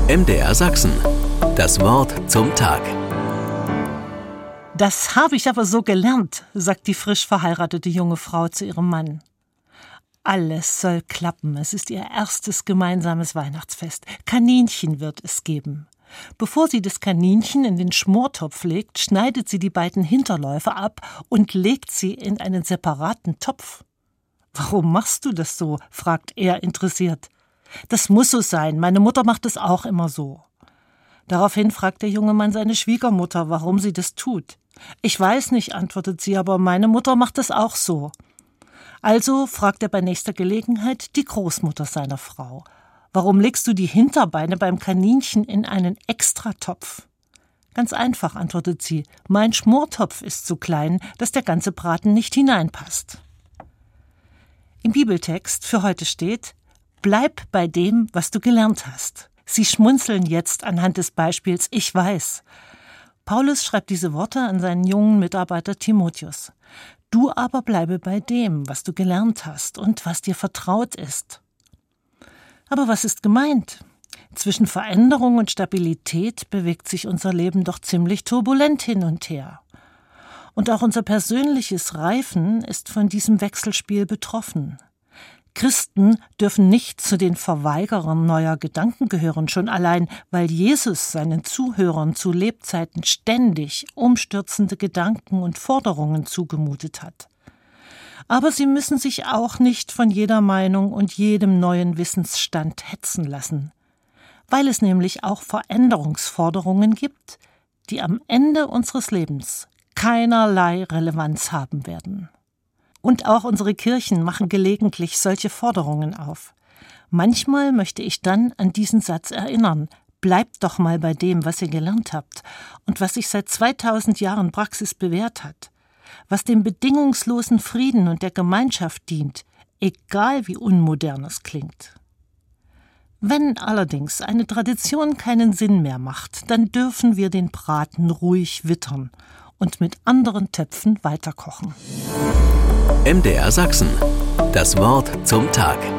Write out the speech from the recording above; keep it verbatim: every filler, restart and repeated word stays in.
M D R Sachsen. Das Wort zum Tag. Das habe ich aber so gelernt, sagt die frisch verheiratete junge Frau zu ihrem Mann. Alles soll klappen, es ist ihr erstes gemeinsames Weihnachtsfest. Kaninchen wird es geben. Bevor sie das Kaninchen in den Schmortopf legt, schneidet sie die beiden Hinterläufe ab und legt sie in einen separaten Topf. »Warum machst du das so?« fragt er interessiert. »Das muss so sein, meine Mutter macht es auch immer so.« Daraufhin fragt der junge Mann seine Schwiegermutter, warum sie das tut. »Ich weiß nicht«, antwortet sie, »aber meine Mutter macht es auch so.« Also fragt er bei nächster Gelegenheit die Großmutter seiner Frau. »Warum legst du die Hinterbeine beim Kaninchen in einen Extratopf?« »Ganz einfach«, antwortet sie, »mein Schmortopf ist so klein, dass der ganze Braten nicht hineinpasst.« Im Bibeltext für heute steht: »Bleib bei dem, was du gelernt hast.« Sie schmunzeln jetzt anhand des Beispiels »Ich weiß«. Paulus schreibt diese Worte an seinen jungen Mitarbeiter Timotheus. »Du aber bleibe bei dem, was du gelernt hast und was dir vertraut ist.« Aber was ist gemeint? Zwischen Veränderung und Stabilität bewegt sich unser Leben doch ziemlich turbulent hin und her. Und auch unser persönliches Reifen ist von diesem Wechselspiel betroffen. Christen dürfen nicht zu den Verweigerern neuer Gedanken gehören, schon allein, weil Jesus seinen Zuhörern zu Lebzeiten ständig umstürzende Gedanken und Forderungen zugemutet hat. Aber sie müssen sich auch nicht von jeder Meinung und jedem neuen Wissensstand hetzen lassen, weil es nämlich auch Veränderungsforderungen gibt, die am Ende unseres Lebens keinerlei Relevanz haben werden. Und auch unsere Kirchen machen gelegentlich solche Forderungen auf. Manchmal möchte ich dann an diesen Satz erinnern: Bleibt doch mal bei dem, was ihr gelernt habt und was sich seit zweitausend Jahren Praxis bewährt hat, was dem bedingungslosen Frieden und der Gemeinschaft dient, egal wie unmodern es klingt. Wenn allerdings eine Tradition keinen Sinn mehr macht, dann dürfen wir den Braten ruhig wittern und mit anderen Töpfen weiterkochen. M D R Sachsen. Das Wort zum Tag.